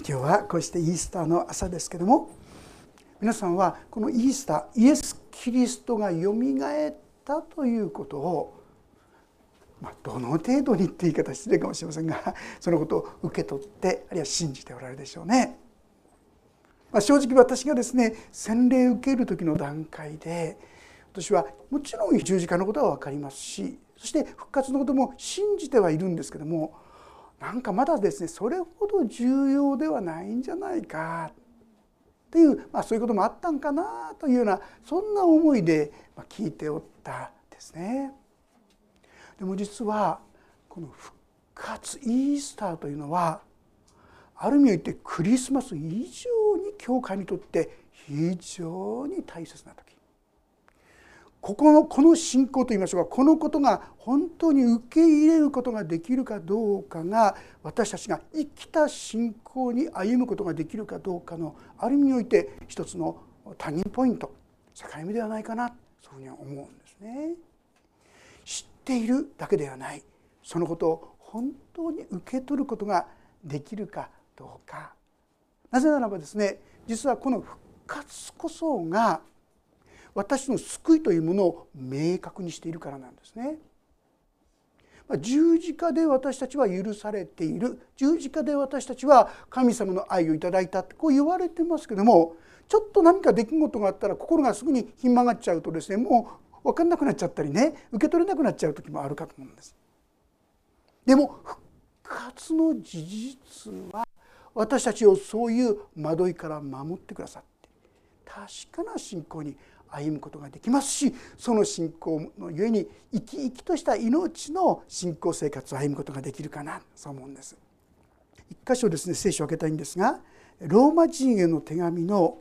今日はこうしてイースターの朝ですけども、皆さんはこのイースター、イエス・キリストがよみがえったということを、どの程度にって言い方失礼かもしれませんが、そのことを受け取ってあるいは信じておられるでしょうね。正直私がですね、洗礼を受ける時の段階で、私はもちろん十字架のことは分かりますし、そして復活のことも信じてはいるんですけども、なんかまだですね、それほど重要ではないんじゃないかっていう、そういうこともあったんかなというような、そんな思いで聞いておったですね。でも実はこの復活イースターというのは、ある意味を言ってクリスマス以上に教会にとって非常に大切な時、この信仰といいましょうか、このことが本当に受け入れることができるかどうかが、私たちが生きた信仰に歩むことができるかどうかの、ある意味において一つのターニングポイント、境目ではないかな、そういうふうには思うんですね。知っているだけではない、そのことを本当に受け取ることができるかどうか。なぜならばですね、実はこの復活こそが私の救いというものを明確にしているからなんですね。十字架で私たちは許されている、十字架で私たちは神様の愛をいただいたってこう言われてますけども、ちょっと何か出来事があったら心がすぐにひん曲がっちゃうとですね、もう分かんなくなっちゃったりね、受け取れなくなっちゃう時もあるかと思うんです。でも復活の事実は私たちをそういう惑いから守ってくださって、確かな信仰に歩むことができますし、その信仰のゆえに生き生きとした命の信仰生活を歩むことができるかな、そう思うんです。一箇所ですね、聖書を開けたいんですが、ローマ人への手紙の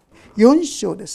4章です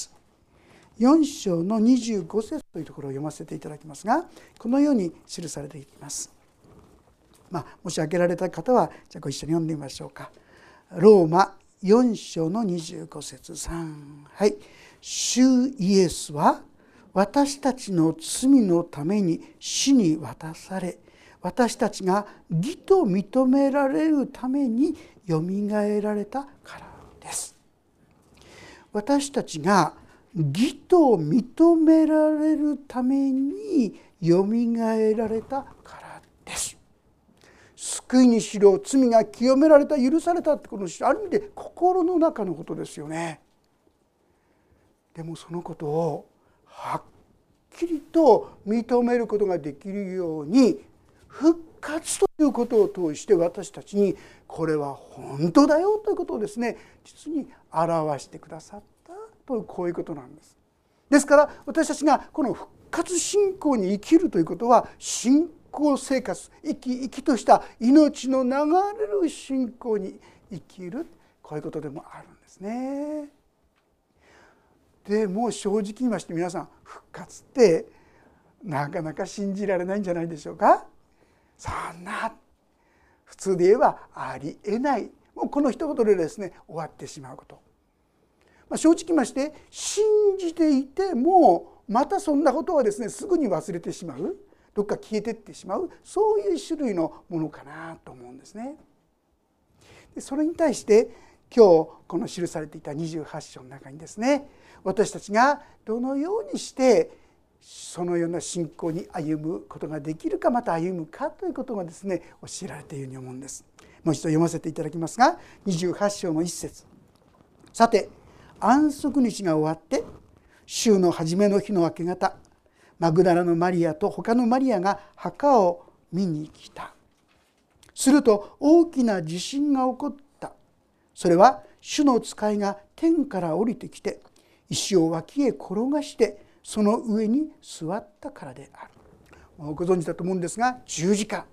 。4章の25節というところを読ませていただきますが、このように記されています。もし開けられた方はじゃあご一緒に読んでみましょうか。ローマ4章の25節3、はい。主イエスは私たちの罪のために死に渡され、私たちが義と認められるためによみがえられたからです。私たちが義と認められるためによみがえられたからです。救いにしろ、罪が清められた、許されたってことのある意味で心の中のことですよね。でもそのことをはっきりと認めることができるように、復活ということを通して私たちにこれは本当だよということをですね、実に表してくださったという、こういうことなんです。ですから私たちがこの復活信仰に生きるということは、信仰生活、生き生きとした命の流れる信仰に生きる、こういうことでもあるんですね。でも正直言いまして、皆さん復活ってなかなか信じられないんじゃないでしょうか。そんな普通で言えばありえない、もうこの一言でですね終わってしまうこと、正直言いまして信じていてもまたそんなことはですねすぐに忘れてしまう、どっか消えていってしまう、そういう種類のものかなと思うんですね。でそれに対して今日この記されていた28章の中にですね、私たちがどのようにしてそのような信仰に歩むことができるか、また歩むかということがですね教えられているように思うんです。もう一度読ませていただきますが、28章の1節、さて安息日が終わって週の初めの日の明け方、マグダラのマリアと他のマリアが墓を見に来た。すると大きな地震が起こった。それは主の使いが天から降りてきて石を脇へ転がしてその上に座ったからである。もうご存知だと思うんですが、十字架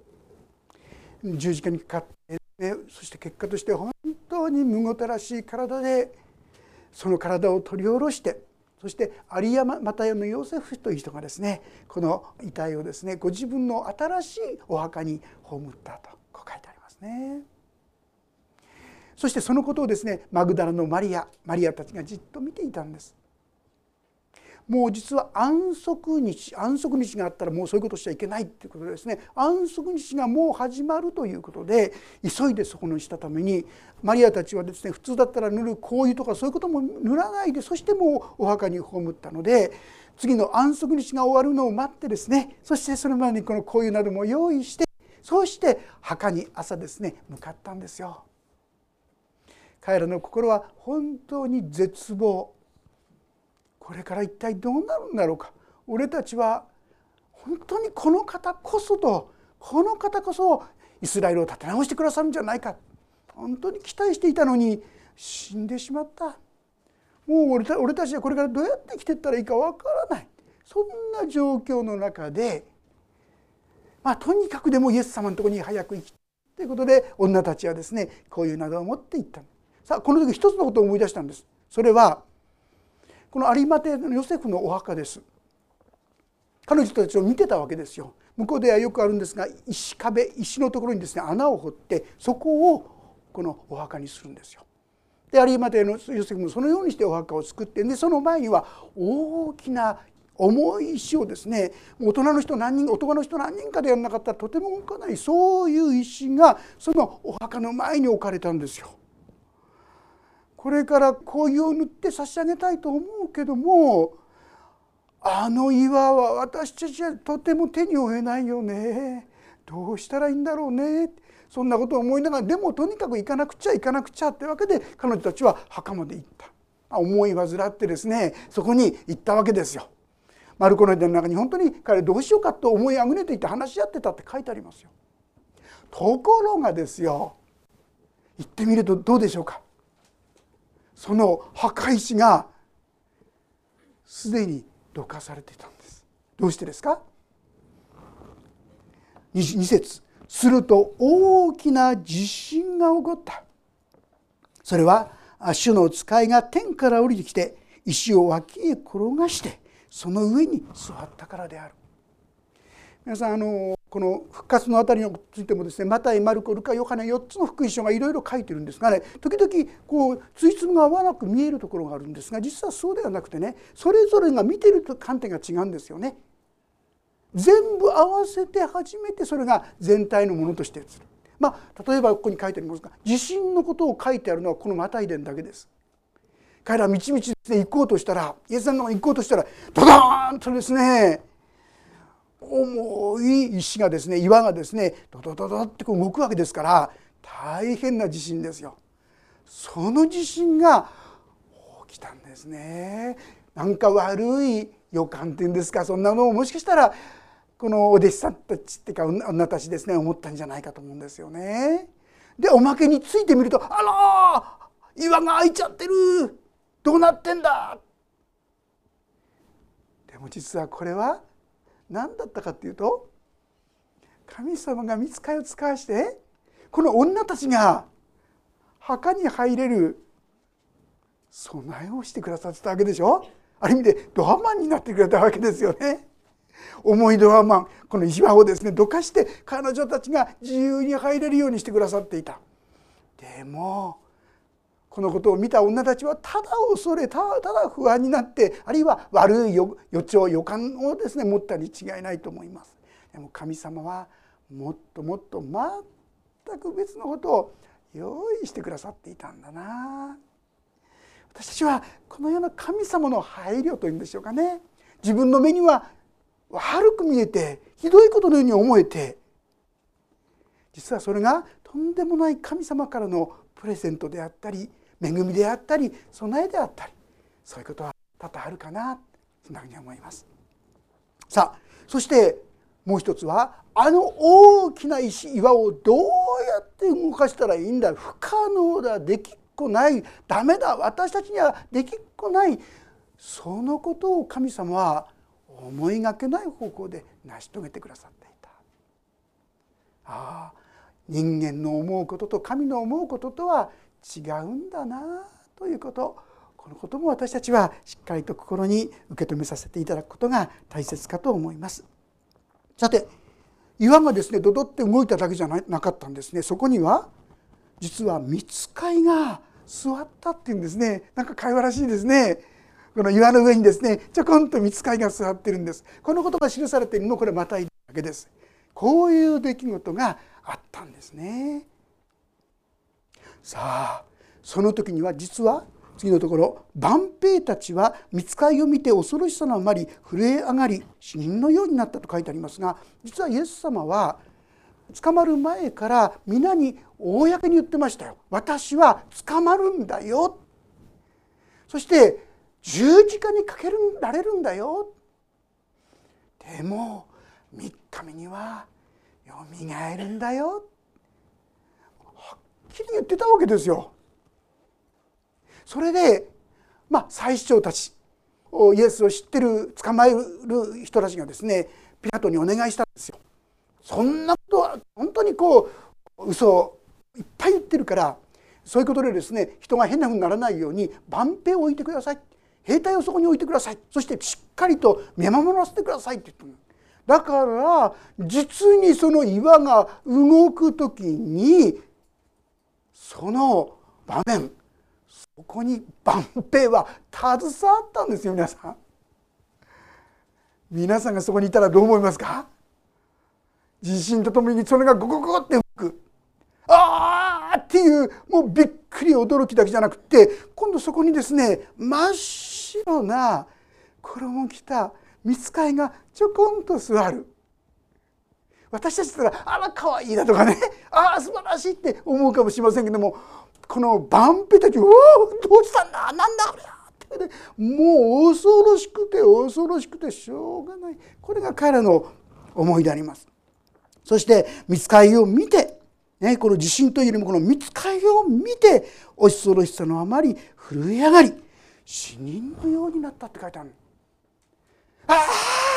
にかかって、そして結果として本当にむごたらしい体でその体を取り下ろして、そしてアリア・マタヤのヨセフという人がですね、この遺体をですねご自分の新しいお墓に葬ったとこう書いてありますね。そしてそのことをですねマグダラのマリアたちがじっと見ていたんです。 もう実は安息日があったらもうそういうことしちゃいけないっていうことでですね、安息日がもう始まるということで急いでそこにしたために、マリアたちはですね、普通だったら塗る香油とかそういうことも塗らないで、そしてもうお墓に葬ったので、次の安息日が終わるのを待ってですね、そしてその前にこの香油なども用意して、そして墓に朝ですね向かったんですよ。彼らの心は本当に絶望。これから一体どうなるんだろうか。俺たちは本当にこの方こそイスラエルを立て直してくださるんじゃないか、本当に期待していたのに死んでしまった。もう俺たちはこれからどうやって生きていったらいいかわからない、そんな状況の中で、とにかくでもイエス様のところに早く行きということで、女たちはですねこういうなどを持って行った。さあこの時一つのことを思い出したんです。それはこの有馬亭のヨセフのお墓です。彼女たちを見てたわけですよ。向こうではよくあるんですが、石のところにですね穴を掘って、そこをこのお墓にするんですよ。で有馬亭のヨセフもそのようにしてお墓を作って、でその前には大きな重い石をですね、男の人何人かでやらなかったらとても動かない、そういう石がそのお墓の前に置かれたんですよ。これから香油を塗って差し上げたいと思うけども、あの岩は私たちはとても手に負えないよね、どうしたらいいんだろうね、そんなことを思いながら、でもとにかく行かなくちゃってわけで、彼女たちは墓まで行った。思い患ってですねそこに行ったわけですよ。マルコの絵の中に本当に彼どうしようかと思いあぐねていて話し合ってたって書いてありますよ。ところがですよ、行ってみるとどうでしょうか。その墓石がすでにどかされていたんです。どうしてですか。2節、すると大きな地震が起こった。それは主の使いが天から降りてきて石を脇へ転がしてその上に座ったからである。皆さんこの復活のあたりについてもですね、マタイ、マルコ、ルカ、ヨハネ4つの福音書がいろいろ書いてるんですがね、時々こうついつが合わなく見えるところがあるんですが、実はそうではなくてね、それぞれが見ている観点が違うんですよね。全部合わせて初めてそれが全体のものとして映る。例えばここに書いてありますが、地震のことを書いてあるのはこのマタイ伝だけです。彼ら道々ですね行こうとしたら、イエス様の行こうとしたらドドーンとですね重い石がですね、岩がですねドドドドってこう動くわけですから、大変な地震ですよ。その地震が起きたんですね。なんか悪い予感っていうんですか、そんなのをもしかしたらこのお弟子さんたちっていうか女たちですね思ったんじゃないかと思うんですよね。でおまけについてみると、あら岩が開いちゃってる、どうなってんだ。でも実はこれは何だったかっていうと、神様が御使いを使わしてこの女たちが墓に入れる備えをしてくださってたわけでしょ。ある意味でドアマンになってくれたわけですよね。重いドアマン、この石場をですねどかして彼女たちが自由に入れるようにしてくださっていた。でもこのことを見た女たちはただ恐れ、ただ不安になって、あるいは悪い予感をですね持ったに違いないと思います。でも神様はもっともっと全く別のことを用意してくださっていたんだな。私たちはこのような神様の配慮というんでしょうかね、自分の目には悪く見えてひどいことのように思えて、実はそれがとんでもない神様からのプレゼントであったり、恵みであったり、備えであったり、そういうことは多々あるかな、そんなふうに思います。さあそしてもう一つは、大きな岩をどうやって動かしたらいいんだ、不可能だ、できっこない、ダメだ、私たちにはできっこない、そのことを神様は思いがけない方向で成し遂げてくださっていた。人間の思うことと神の思うこととは違うんだなということ、このことも私たちはしっかりと心に受け止めさせていただくことが大切かと思います。さて岩がですねドドって動いただけじゃなかったんですね。そこには実は御使いが座ったっていうんですね。なんか会話らしいですね。 この岩の上にですねちょこんと御使いが座っているんです。このことが記されているのもこれまたいだわけです。こういう出来事があったんですね。さあその時には実は次のところ、万兵たちは御使いを見て恐ろしさのあまり震え上がり死人のようになったと書いてありますが、実はイエス様は捕まる前から皆に公に言ってましたよ。私は捕まるんだよ。そして十字架にかけられるんだよ。でも3日目にはよみがえるんだよ。はっきり言ってたわけですよ。それで祭司長たち、イエスを知ってる捕まえる人たちがですねピラトにお願いしたんですよ。そんなことは本当に嘘をいっぱい言ってるから、そういうことでですね人が変なふうにならないように万兵を置いてください、兵隊をそこに置いてください、そしてしっかりと見守らせてくださいって言ったの。だから実にその岩が動く時にその場面、そこに万兵は携わったんですよ。皆さんがそこにいたらどう思いますか？地震とともにそれがゴゴゴって動く、あーっていう、もうびっくり驚きだけじゃなくて、今度そこにですね真っ白な衣を着た御使いがちょこんと座る。私たちだったらあら可愛いだとかね、ああ素晴らしいって思うかもしれませんけども、この万兵たち、うわどうしたんだ、なんだこれって、ね、もう恐ろしくて恐ろしくてしょうがない。これが彼らの思いであります。そして御使いを見て、ね、この地震というよりもこの御使いを見て恐ろしさのあまり震え上がり死人のようになったって書いてある。ああ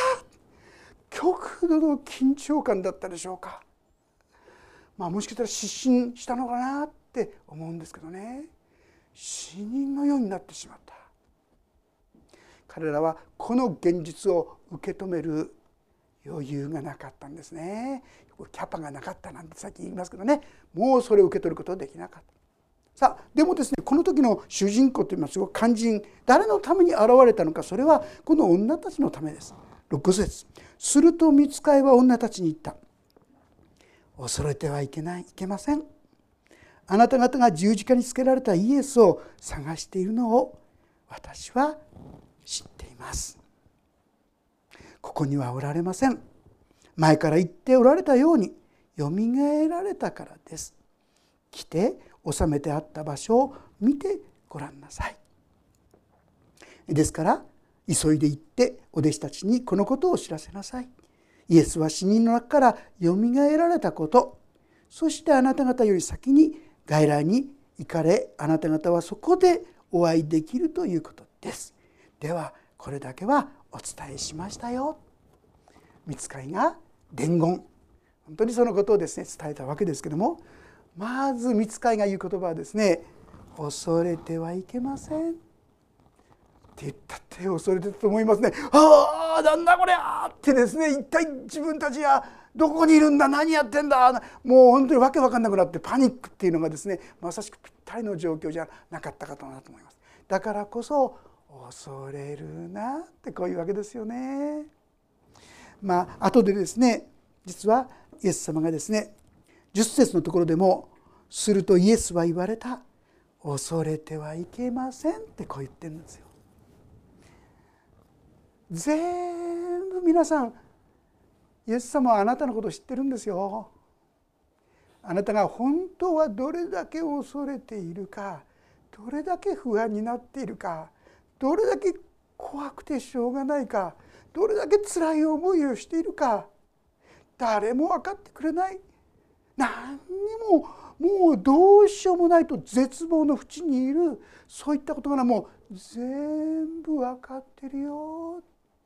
極度の緊張感だったでしょうか。もしかしたら失神したのかなって思うんですけどね、死人のようになってしまった。彼らはこの現実を受け止める余裕がなかったんですね。キャパがなかったなんてさっき言いますけどね、もうそれを受け取ることはできなかった。さあでもですね、この時の主人公といいますか肝心、誰のために現れたのか、それはこの女たちのためです。6節、すると御使いは女たちに言った。恐れてはいけません。あなた方が十字架につけられたイエスを探しているのを私は知っています。ここにはおられません。前から言っておられたようによみがえられたからです。来て収めてあった場所を見てごらんなさい。ですから急いで行ってお弟子たちにこのことを知らせなさい。イエスは死人の中からよみがえられたこと、そしてあなた方より先に外来に行かれ、あなた方はそこでお会いできるということです。ではこれだけはお伝えしましたよ。御使いが伝言、本当にそのことをですね伝えたわけですけども、まず御使いが言う言葉はですね、恐れてはいけませんって言ったって恐れてたと思いますね。ああなんだこれってですね、一体自分たちはどこにいるんだ、何やってんだ、もう本当にわけわかんなくなってパニックっていうのがですね、まさしくぴったりの状況じゃなかったかと思います。だからこそ恐れるなってこういうわけですよね。後でですね、実はイエス様がですね10節のところでも、するとイエスは言われた、恐れてはいけませんってこう言ってるんですよ。全部皆さん、イエス様はあなたのことを知ってるんですよ。あなたが本当はどれだけ恐れているか、どれだけ不安になっているか、どれだけ怖くてしょうがないか、どれだけ辛い思いをしているか、誰も分かってくれない、何にももうどうしようもないと絶望の淵にいる、そういったことがもう全部分かってるよ。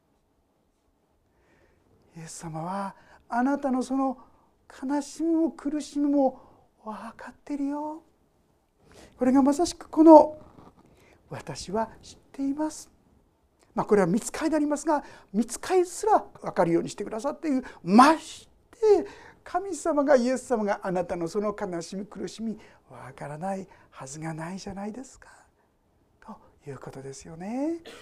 イエス様はあなたのその悲しみも苦しみも分かってるよ。これがまさしくこの私は知っています。これは御使いでありますが、御使いすら分かるようにしてくださっている。まして神様が、イエス様があなたのその悲しみ苦しみ分からないはずがないじゃないですか、ということですよね。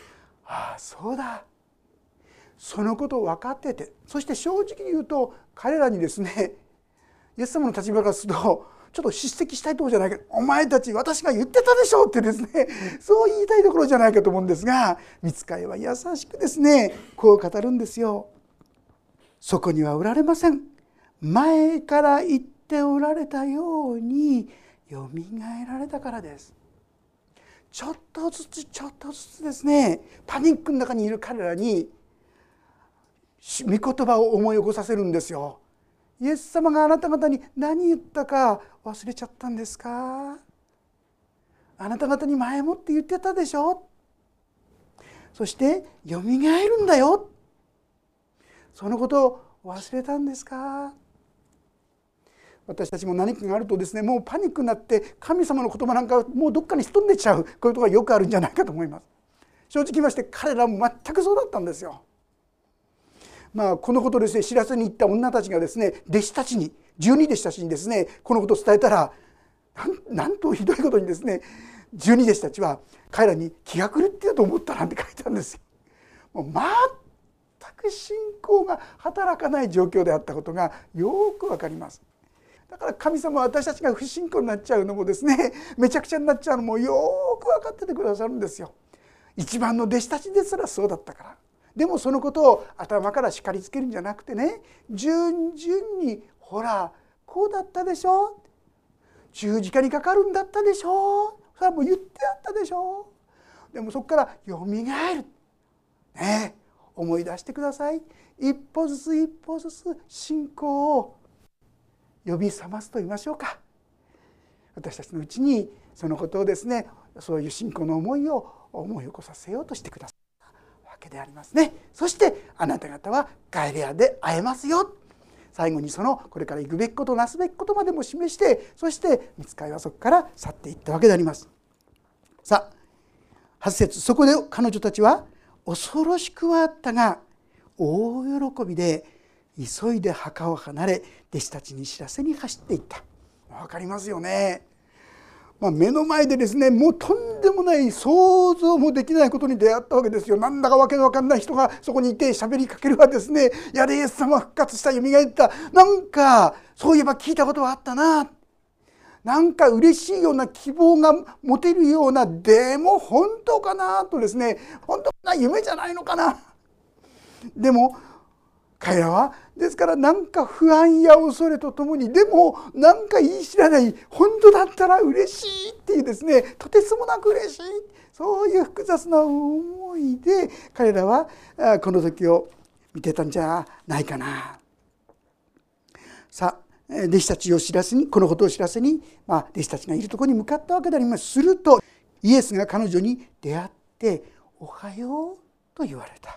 ああそうだ、そのことを分かってて、そして正直に言うと彼らにですね、イエス様の立場からするとちょっと叱責したいところじゃないか、お前たち私が言ってたでしょってですね、そう言いたいところじゃないかと思うんですが、御使いは優しくですね、こう語るんですよ。そこにはおられません。前から言っておられたようによみがえられたからです。ちょっとずつちょっとずつですね、パニックの中にいる彼らに御言葉を思い起こさせるんですよ。イエス様があなた方に何言ったか忘れちゃったんですか？あなた方に前もって言ってたでしょ。そしてよみがえるんだよ。そのことを忘れたんですか？私たちも何かがあるとですね、もうパニックになって神様の言葉なんかもうどっかにすっ飛んでっちゃう、こういうことがよくあるんじゃないかと思います。正直言いまして彼らも全くそうだったんですよ。このことをですね知らせに行った女たちがですね、弟子たちに、12弟子たちにですねこのことを伝えたら、なんとひどいことにですね、12弟子たちは彼らに気が狂っていると思ったなんて書いてあるんですよ。もう全く信仰が働かない状況であったことがよくわかります。だから神様は私たちが不信仰になっちゃうのもですね、めちゃくちゃになっちゃうのもよく分かっててくださるんですよ。一番の弟子たちですらそうだったから。でもそのことを頭から叱りつけるんじゃなくてね、順々にほらこうだったでしょ、十字架にかかるんだったでしょ、それはもう言ってあったでしょ。でもそこからよみがえる、ね、思い出してください。一歩ずつ一歩ずつ信仰を呼び覚ますと言いましょうか。私たちのうちにそのことをですね、そういう信仰の思いを思い起こさせようとしてくださったわけでありますね。そしてあなた方はガリレアで会えますよ。最後にそのこれから行くべきことなすべきことまでも示して、そして御使いはそこから去っていったわけであります。さあ8節、そこで彼女たちは恐ろしくはあったが大喜びで急いで墓を離れ弟子たちに知らせに走っていった。わかりますよね。目の前でですね、もうとんでもない想像もできないことに出会ったわけですよ。なんだかわけのわかんない人がそこにいて喋りかけるわですね。やれイエス様復活した、よみがえった、なんかそういえば聞いたことはあったな、なんか嬉しいような希望が持てるような、でも本当かなとですね、本当な夢じゃないのかな。でも彼らはですからなんか不安や恐れとともに、でもなんか言い知らない、本当だったら嬉しいっていうですね、とてつもなく嬉しい、そういう複雑な思いで彼らはこの時を見てたんじゃないかな。さあ弟子たちを知らせに、このことを知らせに、弟子たちがいるところに向かったわけであります。するとイエスが彼女に出会っておはようと言われた。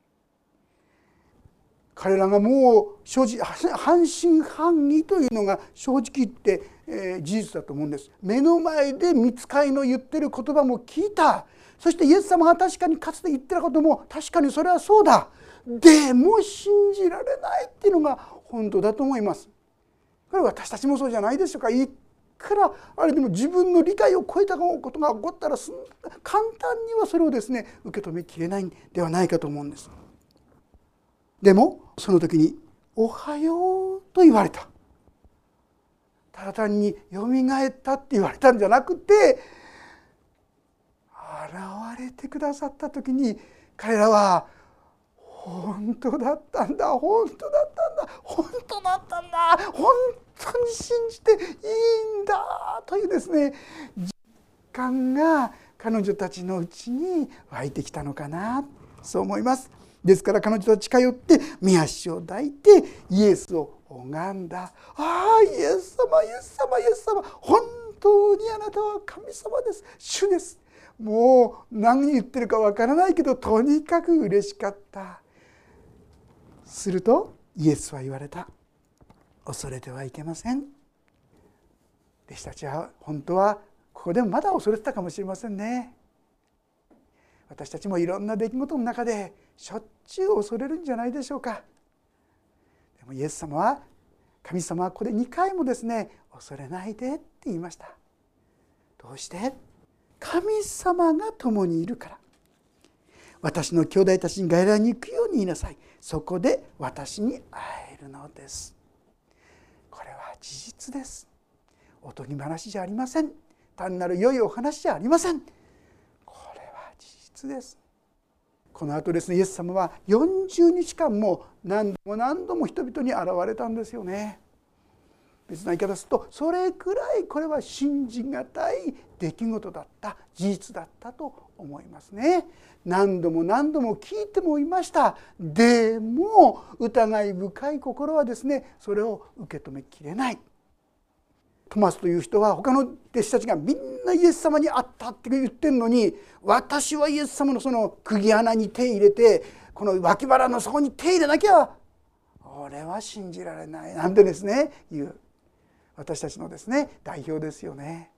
彼らがもう正直半信半疑というのが正直言って事実だと思うんです。目の前で御使いの言ってる言葉も聞いた。そしてイエス様が確かにかつて言ってたことも確かにそれはそうだ。でも信じられないっていうのが本当だと思います。これは私たちもそうじゃないでしょうか。いくらあれでも自分の理解を超えたことが起こったら簡単にはそれをですね受け止めきれないんではないかと思うんです。でもその時におはようと言われた。ただ単によみがえったって言われたんじゃなくて、現れてくださった時に彼らは本当だったんだ、本当だったんだ、本当だったんだ、本当に信じていいんだというですね実感が彼女たちのうちに湧いてきたのかな、そう思います。ですから彼女たち近寄って御足を抱いてイエスを拝んだ。ああ、イエス様、イエス様、イエス様、本当にあなたは神様です、主です。もう何言ってるかわからないけどとにかく嬉しかった。するとイエスは言われた。恐れてはいけません。弟子たちは本当はここでもまだ恐れてたかもしれませんね。私たちもいろんな出来事の中でしょっちゅう恐れるんじゃないでしょうか。でもイエス様は、神様はここで2回もですね恐れないでって言いました。どうして？神様が共にいるから。 私の兄弟たちに外来に行くように言いなさい。そこで私に会えるのです。これは事実です。おとぎ話じゃありません。単なる良いお話じゃありません。これは事実です。この後ですね、イエス様は40日間も何度も人々に現れたんですよね。別な言い方すると、それくらいこれは信じがたい出来事だった、事実だったと思いますね。何度も聞いてもいました。でも疑い深い心はですね、それを受け止めきれない。トマスという人は他の弟子たちがみんなイエス様に会ったって言ってるのに、私はイエス様のその釘穴に手入れて、この脇腹の底に手入れなきゃ俺は信じられないなんてですね言う、私たちのですね代表ですよね。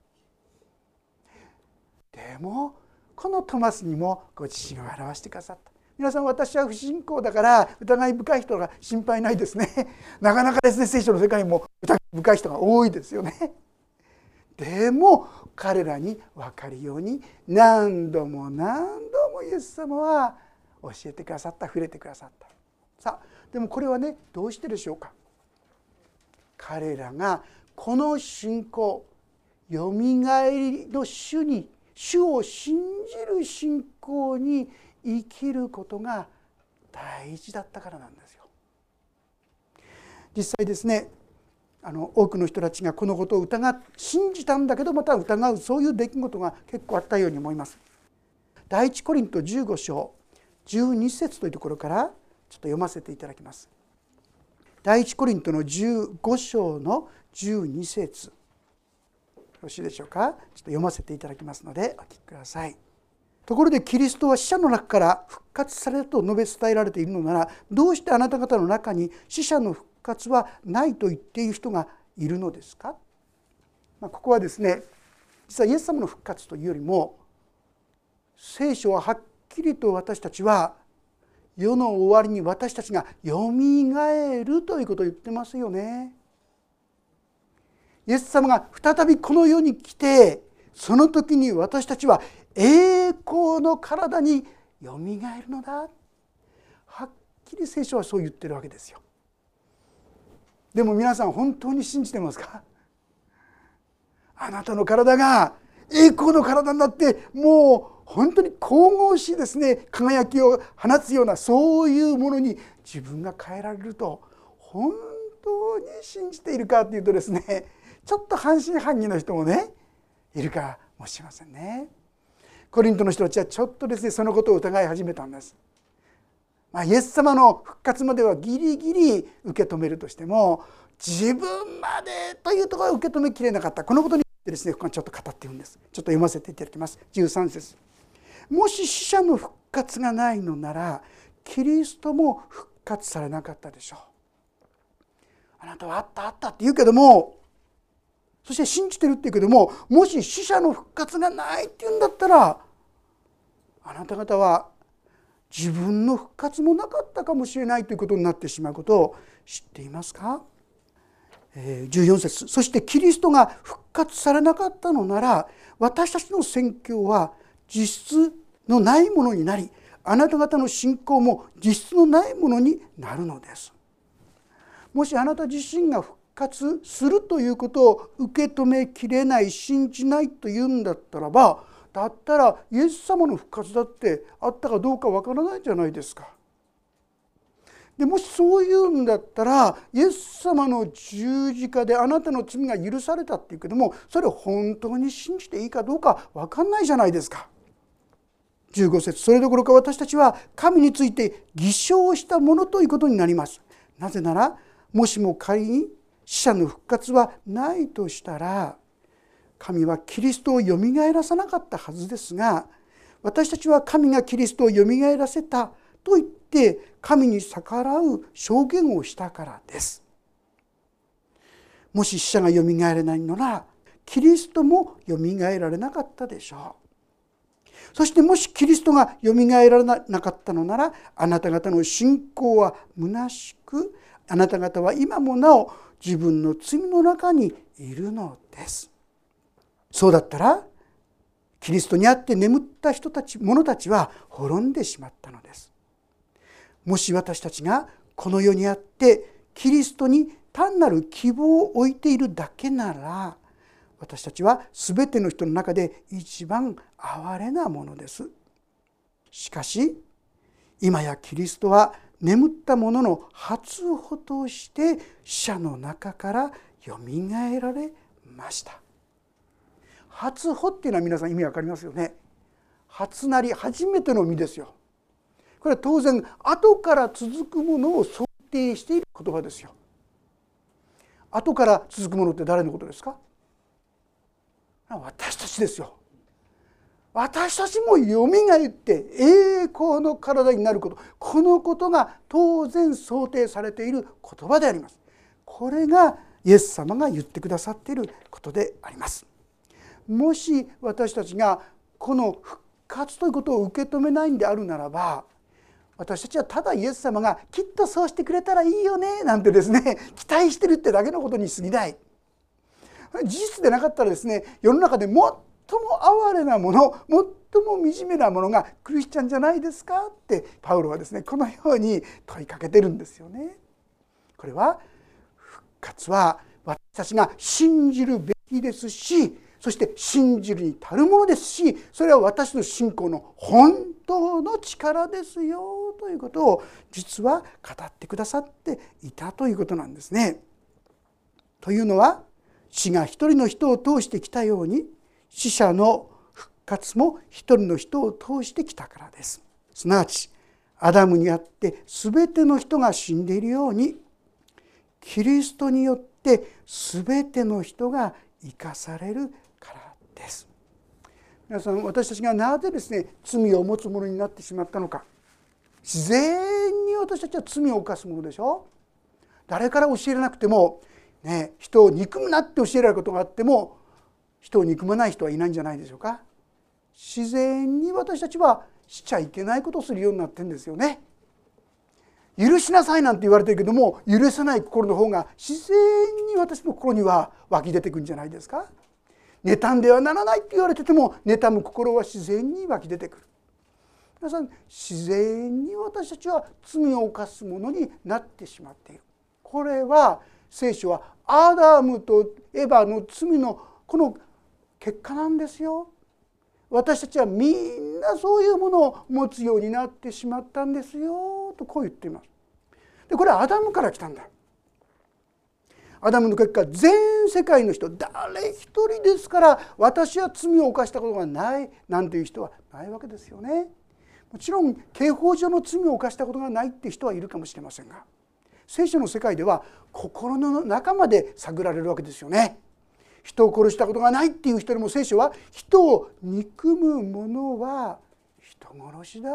でもこのトマスにもご自身を表してくださった。皆さん、私は不信仰だから疑い深い人が心配ないですね。なかなかですね、聖書の世界にも疑い深い人が多いですよね。でも彼らに分かるように何度もイエス様は教えてくださった、触れてくださった。さあ、でもこれはね、どうしてでしょうか。彼らがこの信仰、よみがえりの主を信じる信仰に生きることが大事だったからなんですよ。実際ですね、多くの人たちがこのことを信じたんだけどまた疑う、そういう出来事が結構あったように思います。第一コリント15章12節というところからちょっと読ませていただきます。第一コリントの15章の12節、よろしいでしょうか。ちょっと読ませていただきますのでお聞きください。ところでキリストは死者の中から復活されると述べ伝えられているのなら、どうしてあなた方の中に死者の復活はないと言っている人がいるのですか。ここはですね、実はイエス様の復活というよりも、聖書ははっきりと私たちは世の終わりに私たちがよみがえるということを言ってますよね。イエス様が再びこの世に来て、その時に私たちは栄光の体によみがえるのだ。はっきり聖書はそう言ってるわけですよ。でも皆さん、本当に信じてますか。あなたの体が栄光の体になって、もう本当に神々しいですね、輝きを放つようなそういうものに自分が変えられると本当に信じているかというとですね、ちょっと半信半疑の人もねいるかもしれませんね。コリントの人たちはちょっとですね、そのことを疑い始めたんです。イエス様の復活まではギリギリ受け止めるとしても、自分までというところは受け止めきれなかった。このことについてですね、ここにちょっと語っているんです。ちょっと読ませていただきます。13節。もし死者の復活がないのなら、キリストも復活されなかったでしょう。あなたはあったって言うけども、そして信じてるって言うけども、もし死者の復活がないって言うんだったら、あなた方は自分の復活もなかったかもしれないということになってしまうことを知っていますか。14節。そしてキリストが復活されなかったのなら、私たちの宣教は実質のないものになり、あなた方の信仰も実質のないものになるのです。もしあなた自身が復活するということを受け止めきれない、信じないというんだったらば、だったらイエス様の復活だってあったかどうかわからないじゃないですか。でもしそういうんだったら、イエス様の十字架であなたの罪が許されたっていうけども、それを本当に信じていいかどうかわかんないじゃないですか。15節。それどころか私たちは神について偽証したものということになります。なぜなら、もしも仮に死者の復活はないとしたら、神はキリストをよみがえらさなかったはずですが、私たちは神がキリストをよみがえらせたと言って神に逆らう証言をしたからです。もし死者がよみがえれないのなら、キリストもよみがえられなかったでしょう。そしてもしキリストがよみがえられなかったのなら、あなた方の信仰は虚しく、あなた方は今もなお自分の罪の中にいるのです。そうだったらキリストにあって眠った者たちは滅んでしまったのです。もし私たちがこの世にあってキリストに単なる希望を置いているだけなら、私たちはすべての人の中で一番哀れなものです。しかし今やキリストは眠った者の初歩として死者の中からよみがえられました。初歩っていうのは皆さん意味わかりますよね。初なり、初めての実ですよ。これは当然後から続くものを想定している言葉ですよ。後から続くものって誰のことですか？私たちですよ。私たちもよみがえって栄光の体になること、このことが当然想定されている言葉であります。これがイエス様が言ってくださっていることであります。もし私たちがこの復活ということを受け止めないんであるならば、私たちはただイエス様がきっとそうしてくれたらいいよねなんてですね、期待してるってだけのことに過ぎない。事実でなかったらですね、世の中で最も哀れなもの、最も惨めなものがクリスチャンじゃないですかってパウロはですね、このように問いかけてるんですよね。これは復活は私たちが信じるべきですし、そして信じるに足るものですし、それは私の信仰の本当の力ですよということを実は語ってくださっていたということなんですね。というのは、死が一人の人を通してきたように、死者の復活も一人の人を通してきたからです。すなわちアダムにあって全ての人が死んでいるように、キリストによって全ての人が生かされるからです。皆さん、私たちがなぜですね、罪を持つ者になってしまったのか。自然に私たちは罪を犯すものでしょ。誰から教えなくても、ね、人を憎むなって教えられることがあっても、人を憎まない人はいないんじゃないでしょうか。自然に私たちはしちゃいけないことをするようになってるんですよね。許しなさいなんて言われてるけども、許さない心の方が自然に私の心には湧き出てくるんじゃないですか。妬んではならないって言われてても、妬む心は自然に湧き出てくる。皆さん、自然に私たちは罪を犯すものになってしまっている。これは聖書はアダムとエバの罪のこの結果なんですよ。私たちはみんなそういうものを持つようになってしまったんですよとこう言っています。でこれはアダムから来たんだ。アダムの結果、全世界の人誰一人ですから私は罪を犯したことがないなんていう人はないわけですよね。もちろん刑法上の罪を犯したことがないっていう人はいるかもしれませんが、聖書の世界では心の中まで探られるわけですよね。人を殺したことがないっていう人でも聖書は人を憎む者は人殺しだ、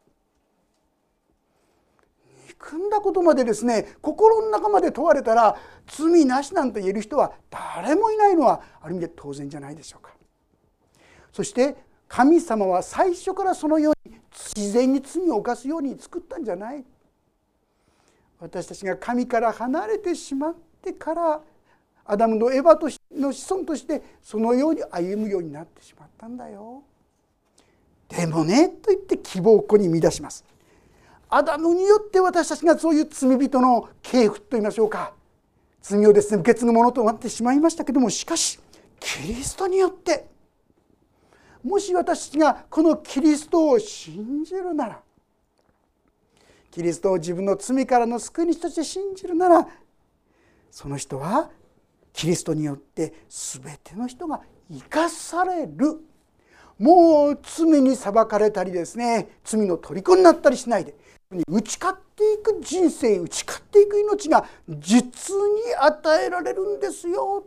憎んだことまでですね、心の中まで問われたら罪なしなんて言える人は誰もいないのはある意味で当然じゃないでしょうか。そして神様は最初からそのように自然に罪を犯すように作ったんじゃない。私たちが神から離れてしまってからアダムのエバの子孫としてそのように歩むようになってしまったんだよ。でもねと言って希望をここに見出します。アダムによって私たちがそういう罪人の系譜といいましょうか、罪をですね受け継ぐものとなってしまいましたけども、しかしキリストによって、もし私たちがこのキリストを信じるなら、キリストを自分の罪からの救い主として信じるなら、その人はキリストによって全ての人が生かされる。もう罪に裁かれたりですね、罪の虜になったりしないで、打ち勝っていく人生、打ち勝っていく命が実に与えられるんですよ。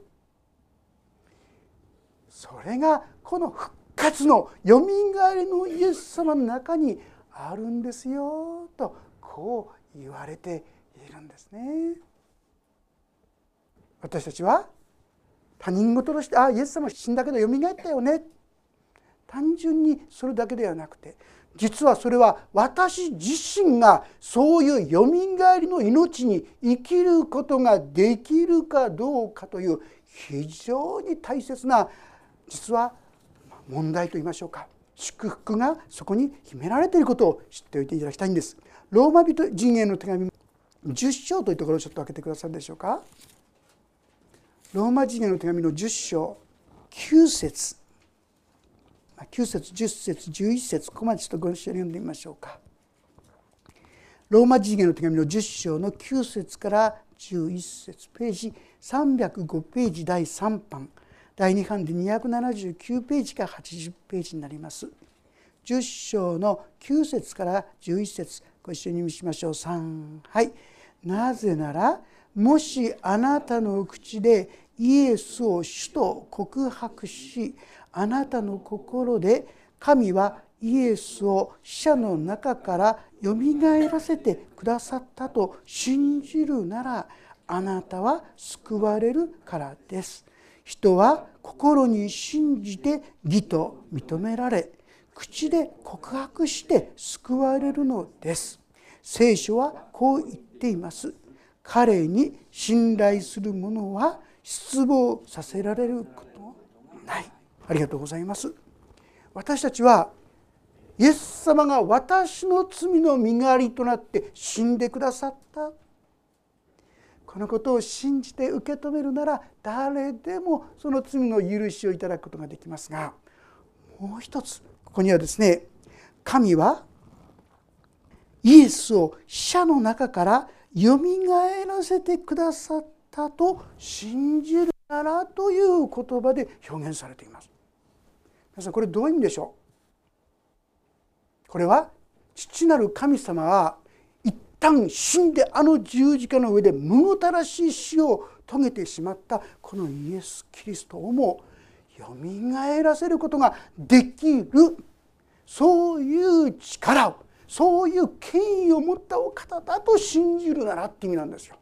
それがこの復活のよみがえりのイエス様の中にあるんですよとこう言われているんですね。私たちは他人事としてイエス様死んだけどよみがえったよね、単純にそれだけではなくて、実はそれは私自身がそういうよみがえりの命に生きることができるかどうかという非常に大切な、実は問題といいましょうか、祝福がそこに秘められていることを知っておいていただきたいんです。ローマ人への手紙10章というところをちょっと開けてくださるでしょうか。ローマ人への手紙の10章9節9節10節11節ここまでちょっとご一緒に読んでみましょうか。ローマ人への手紙の10章の9節から11節、ページ305ページ第3版、第2版で279ページから80ページになります。10章の9節から11節、ご一緒に見しましょう。3、はい。なぜなら、もしあなたの口でイエスを主と告白し、あなたの心で神はイエスを死者の中からよみがえらせてくださったと信じるなら、あなたは救われるからです。人は心に信じて義と認められ、口で告白して救われるのです。聖書はこう言っています。彼に信頼する者は失望させられることない。ありがとうございます。私たちはイエス様が私の罪の身代わりとなって死んでくださった、このことを信じて受け止めるなら誰でもその罪の許しをいただくことができますが、もう一つここにはですね、神はイエスを死者の中からよみがえらせてくださったと信じるならという言葉で表現されています。皆さん、これどういう意味でしょう。これは父なる神様は一旦死んで十字架の上でむごたらしい死を遂げてしまったこのイエス・キリストをもよみがえらせることができる、そういう力を、そういう権威を持ったお方だと信じるならって意味なんですよ。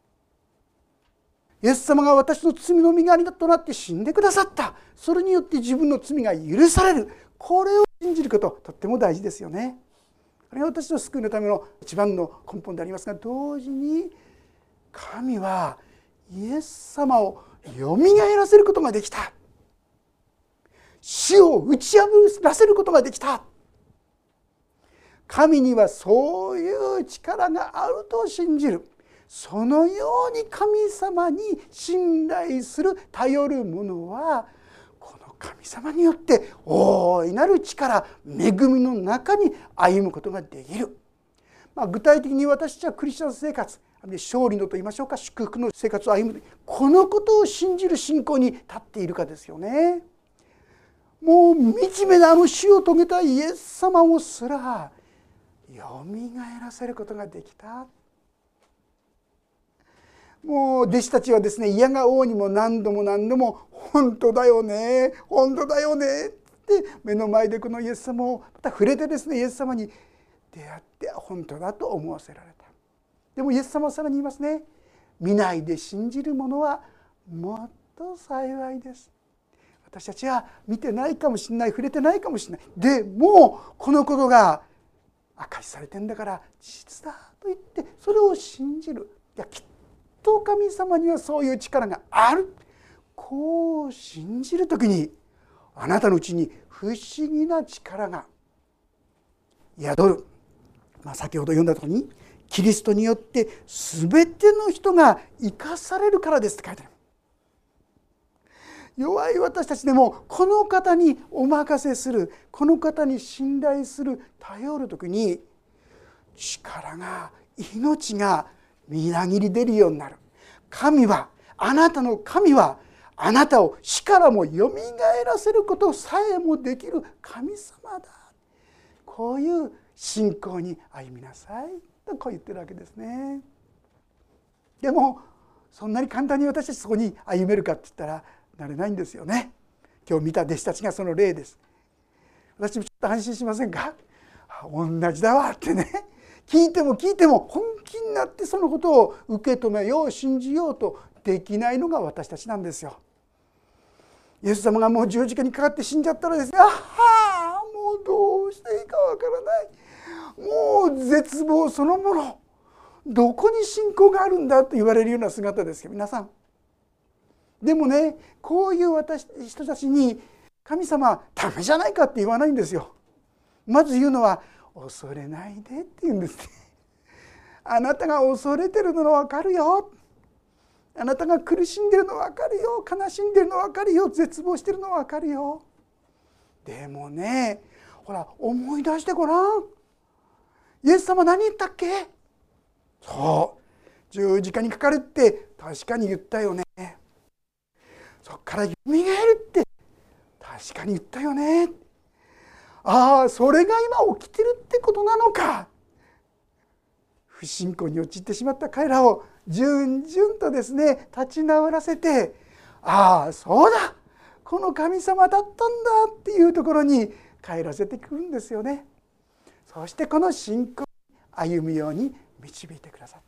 イエス様が私の罪の身代わりとなって死んでくださった、それによって自分の罪が許される、これを信じること、とっても大事ですよね。これが私の救いのための一番の根本でありますが、同時に神はイエス様をよみがえらせることができた、死を打ち破らせることができた、神にはそういう力があると信じる、そのように神様に信頼する、頼る者はこの神様によって大いなる力、恵みの中に歩むことができる。具体的に私たちはクリスチャン生活、勝利のと言いましょうか、祝福の生活を歩む、このことを信じる信仰に立っているかですよね。もう惨めな死を遂げたイエス様をすらよみがえらせることができた。もう弟子たちはですね、嫌が王にも何度も何度も本当だよね、本当だよねって目の前でこのイエス様をまた触れてですね、イエス様に出会って本当だと思わせられた。でもイエス様はさらに言いますね。見ないで信じる者はもっと幸いです。私たちは見てないかもしれない、触れてないかもしれない。でもこのことが明かしされてんだから事実だと言ってそれを信じる。いや、きっと神様にはそういう力がある。こう信じるときにあなたのうちに不思議な力が宿る。先ほど読んだとおりにキリストによって全ての人が生かされるからですって書いてある。弱い私たちでもこの方にお任せする、この方に信頼する、頼るときに力が、命がみなぎり出るようになる。神は、あなたの神はあなたを死からもよみがえらせることさえもできる神様だ。こういう信仰に歩みなさいとこう言ってるわけですね。でもそんなに簡単に私たちそこに歩めるかって言ったらなれないんですよね。今日見た弟子たちがその例です。私もちょっと安心しませんか。同じだわってね、聞いても聞いても本気になってそのことを受け止めよう、信じようとできないのが私たちなんですよ。イエス様がもう十字架にかかって死んじゃったらですね、もうどうしていいかわからない、もう絶望そのもの、どこに信仰があるんだと言われるような姿ですよ皆さん。でもね、こういう私人たちに神様はダメじゃないかって言わないんですよ。まず言うのは恐れないでって言うんですね。あなたが恐れてるの分かるよ。あなたが苦しんでるの分かるよ。悲しんでるの分かるよ。絶望してるの分かるよ。でもね、ほら思い出してごらん。イエス様何言ったっけ？そう、十字架にかかるって確かに言ったよね。そっからよみがえるって確かに言ったよね。ああ、それが今起きてるってことなのか。不信仰に陥ってしまった彼らを順々とですね立ち直らせて、ああそうだ、この神様だったんだっていうところに帰らせてくるんですよね。そしてこの信仰に歩むように導いてくださった。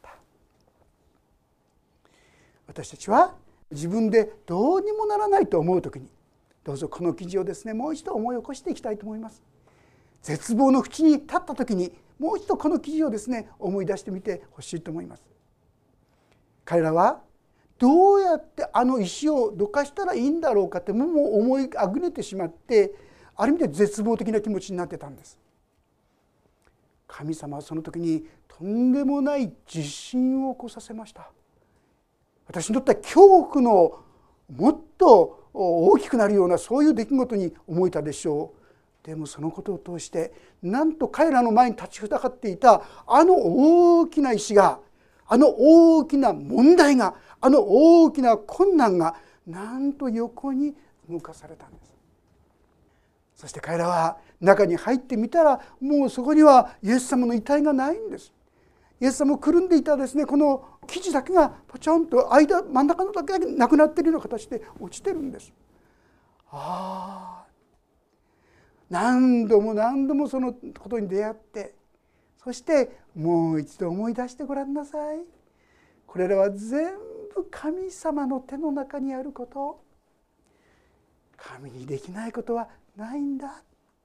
私たちは自分でどうにもならないと思うときに、どうぞこの記事をですねもう一度思い起こしていきたいと思います。絶望の淵に立ったときにもう一度この記事をですね思い出してみてほしいと思います。彼らはどうやってあの石をどかしたらいいんだろうかってもう思いあぐねてしまって、ある意味で絶望的な気持ちになってたんです。神様はその時にとんでもない地震を起こさせました。私にとっては恐怖のもっと大きくなるようなそういう出来事に思えたでしょう。でもそのことを通してなんと彼らの前に立ちふさがっていたあの大きな石が、あの大きな問題が、あの大きな困難がなんと横に動かされたんです。そして彼らは中に入ってみたらもうそこにはイエス様の遺体がないんです。イエス様をくるんでいたですねこの生地だけがポチョンと真ん中のだけなくなっているような形で落ちてるんです。ああ、何度も何度もそのことに出会って、そしてもう一度思い出してごらんなさい。これらは全部神様の手の中にあること。神にできないことはないんだ。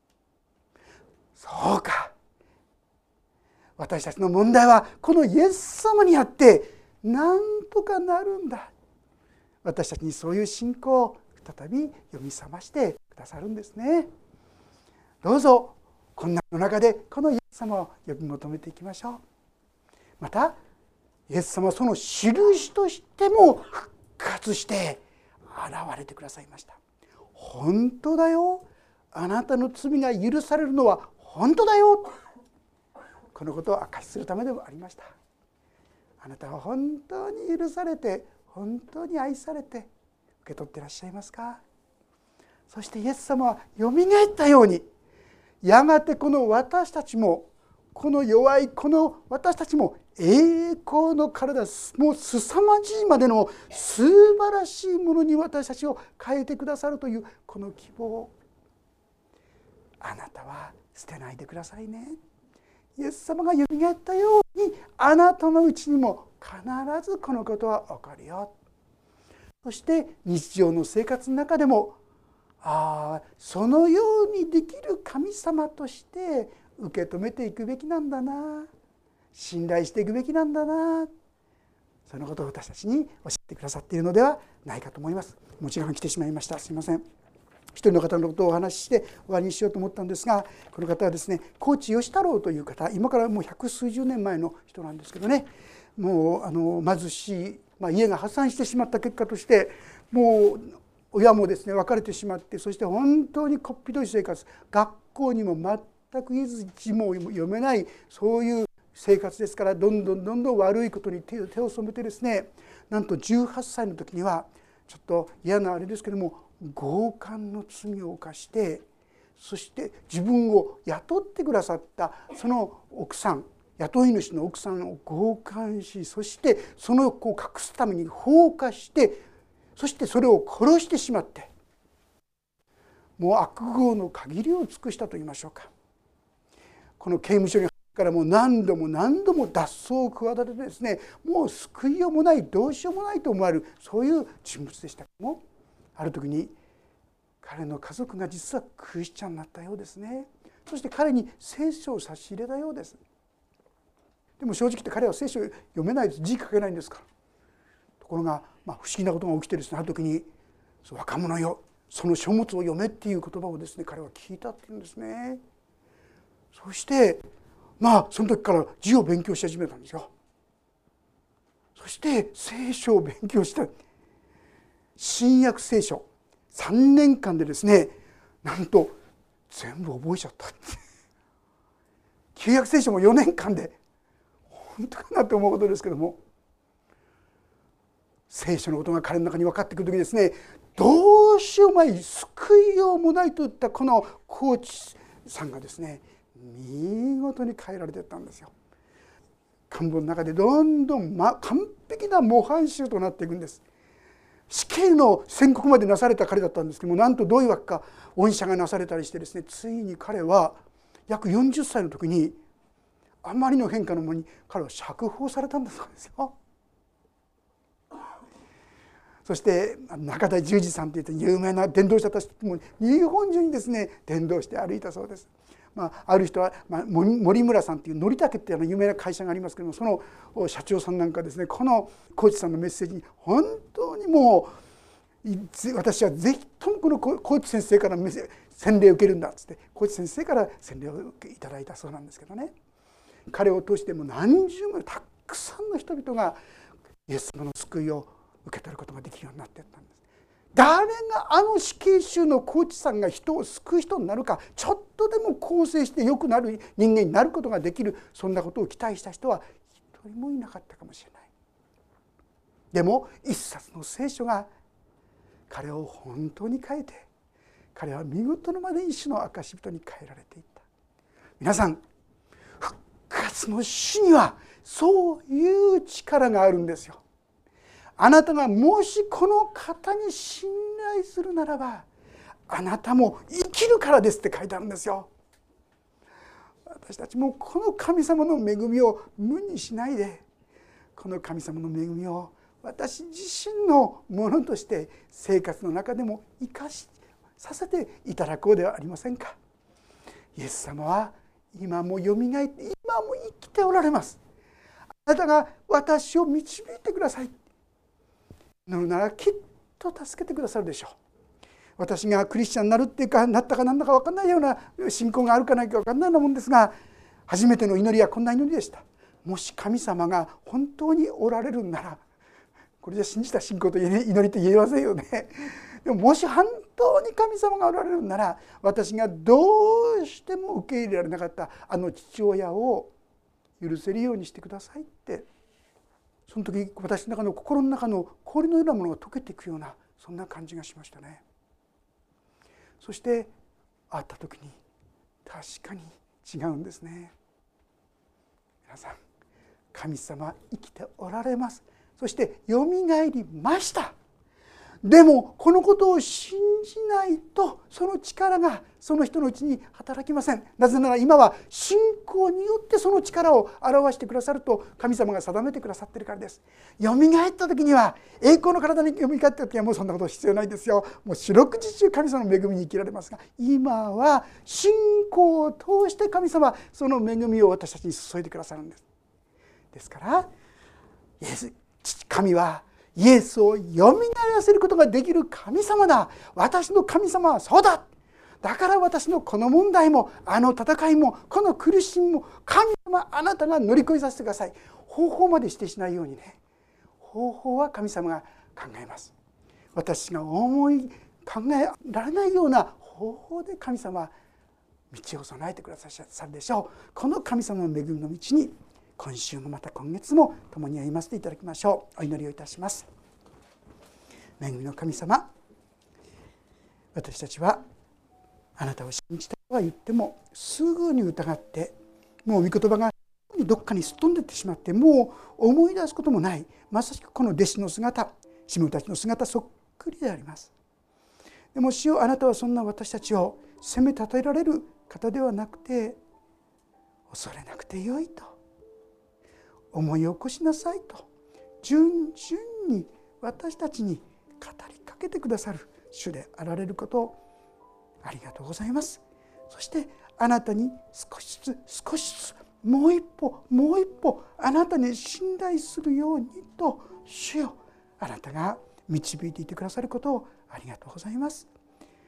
そうか、私たちの問題はこのイエス様にあってなんとかなるんだ。私たちにそういう信仰を再び読み覚ましてくださるんですね。どうぞ困難の中でこのイエス様を呼び求めていきましょう。またイエス様はその印としても復活して現れてくださいました。本当だよ、あなたの罪が許されるのは本当だよ、このことを証しするためでもありました。あなたは本当に許されて本当に愛されて受け取っていらっしゃいますか。そしてイエス様はよみがえったように、やがてこの私たちも、この弱いこの私たちも栄光の体、もう凄まじいまでの素晴らしいものに私たちを変えてくださるというこの希望をあなたは捨てないでくださいね。イエス様がよみがえったようにあなたのうちにも必ずこのことは起こるよ。そして日常の生活の中でもそのようにできる神様として受け止めていくべきなんだな、信頼していくべきなんだな、そのことを私たちに教えてくださっているのではないかと思います。もう時間が来てしまいました。すいません。一人の方のことをお話しして終わりにしようと思ったんですが、この方はですね高知義太郎という方、今からもう百数十年前の人なんですけどね、もう貧しい、家が破産してしまった結果としてもう親もですね別れてしまって、そして本当にこっぴどい生活、学校にも全く字も読めない、そういう生活ですから、どんどん悪いことに手を染めてですね、なんと18歳の時にはちょっと嫌なあれですけども強姦の罪を犯して、そして自分を雇ってくださったその奥さん、雇い主の奥さんを強姦し、そしてその子を隠すために放火して、そしてそれを殺してしまって、もう悪業の限りを尽くしたと言いましょうか。この刑務所に入ってからも何度も脱走を企ててですね、もう救いようもない、どうしようもないと思われる、そういう人物でしたけども、ある時に彼の家族が実はクリスチャンになったようですね。そして彼に聖書を差し入れたようです。でも正直言って彼は聖書を読めないです、字書けないんですから。ところが、不思議なことが起きてですね、ある時に若者よ、 その書物を読めっていう言葉をですね、彼は聞いたっていうんですね。そしてその時から字を勉強し始めたんですよ。そして聖書を勉強した。新約聖書3年間でですね、なんと全部覚えちゃった。旧約聖書も4年間で、本当かなって思うことですけども、聖書のことが彼の中に分かってくる時ですね、どうしようもない、救いようもないといったこのコーチさんがですね、見事に変えられていったんですよ。漢文の中でどんどん完璧な模範囚となっていくんです。死刑の宣告までなされた彼だったんですけども、なんとどういうわけか恩赦がなされたりしてですね、ついに彼は約40歳の時にあまりの変化のものに彼は釈放されたんだそうですよ。そして中田十二さんといって有名な伝道者たちも日本中にですね伝道して歩いたそうです。ある人は、森村さんというのりたけっていう有名な会社がありますけども、その社長さんなんかですね、このコーチさんのメッセージに本当にもう私はぜひともこのコーチ先生から洗礼を受けるんだっつって、コーチ先生から洗礼をいただいたそうなんですけどね、彼を通しても何十もたくさんの人々がイエス様の救いを受け取ることができるようになっていったんです。誰があの死刑囚のコーチさんが人を救う人になるか、ちょっとでも更生して良くなる人間になることができる、そんなことを期待した人は一人もいなかったかもしれない。でも一冊の聖書が彼を本当に変えて、彼は見事のまで一種の証人に変えられていった。皆さん、復活の死にはそういう力があるんですよ。あなたがもしこの方に信頼するならば、あなたも生きるからですって書いてあるんですよ。私たちもこの神様の恵みを無にしないで、この神様の恵みを私自身のものとして生活の中でも生かさせていただこうではありませんか。イエス様は今もよみがえって、今も生きておられます。あなたが私を導いてくださいなのなら、きっと助けてくださるでしょう。私がクリスチャンになるっていうか、なったかなんだか分かんないような信仰があるかないか分かんないようなもんですが、初めての祈りはこんな祈りでした。もし神様が本当におられるんなら、これじゃ信じた信仰と祈りと言えませんよね。でももし本当に神様がおられるんなら、私がどうしても受け入れられなかったあの父親を許せるようにしてくださいって、その時私の中の心の中の氷のようなものが溶けていくような、そんな感じがしましたね。そして会った時に確かに違うんですね。皆さん、神様生きておられます。そしてよみがえりました。でもこのことを信じないと、その力がその人のうちに働きません。なぜなら今は信仰によってその力を表してくださると神様が定めてくださっているからです。よみがえった時には、栄光の体によみがえった時はもうそんなこと必要ないですよ。もう四六時中神様の恵みに生きられますが、今は信仰を通して神様その恵みを私たちに注いでくださるんです。ですから神はイエスをよみがえらせることができる神様だ。私の神様はそうだ。だから私のこの問題も、あの戦いも、この苦しみも、神様あなたが乗り越えさせてください。方法まで指定しないようにね。方法は神様が考えます。私が考えられないような方法で神様は道を備えてくださるでしょう。この神様の恵みの道に、今週もまた今月も共に歩ませていただきましょう。お祈りをいたします。恵みの神様、私たちはあなたを信じたとは言ってもすぐに疑って、もう御言葉がどっかにすっ飛んでいってしまって、もう思い出すこともない、まさしくこの弟子の姿、しもべたちの姿そっくりであります。でも主よ、あなたはそんな私たちを責め立てられる方ではなくて、恐れなくてよいと、思い起こしなさいと、順々に私たちに語りかけてくださる主であられることをありがとうございます。そしてあなたに少しずつもう一歩あなたに信頼するようにと、主よ、あなたが導いていてくださることをありがとうございます。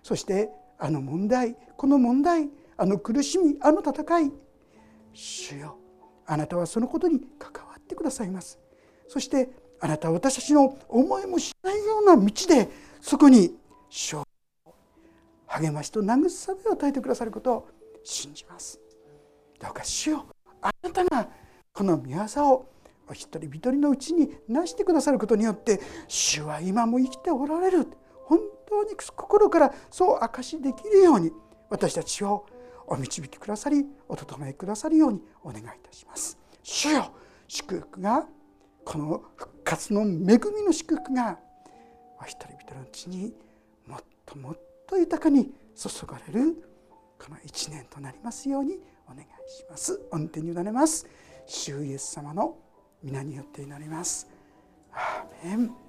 そしてあの問題、この問題、あの苦しみ、あの戦い、主よ、あなたはそのことに関わってくださいます。そしてあなたは私たちの思いもしないような道でそこに主を励ましと慰めを与えてくださることを信じます。どうか主よ、あなたがこの御業をお一人一人のうちになしてくださることによって、主は今も生きておられる、本当に心からそう証しできるように、私たちをお導きくださり、お整えくださるようにお願いいたします。主よ、祝福が、この復活の恵みの祝福がお一人一人のうちにもっともっと豊かに注がれるこの一年となりますようにお願いします。御手に委ねます。主イエス様の皆によって祈ります。アーメン。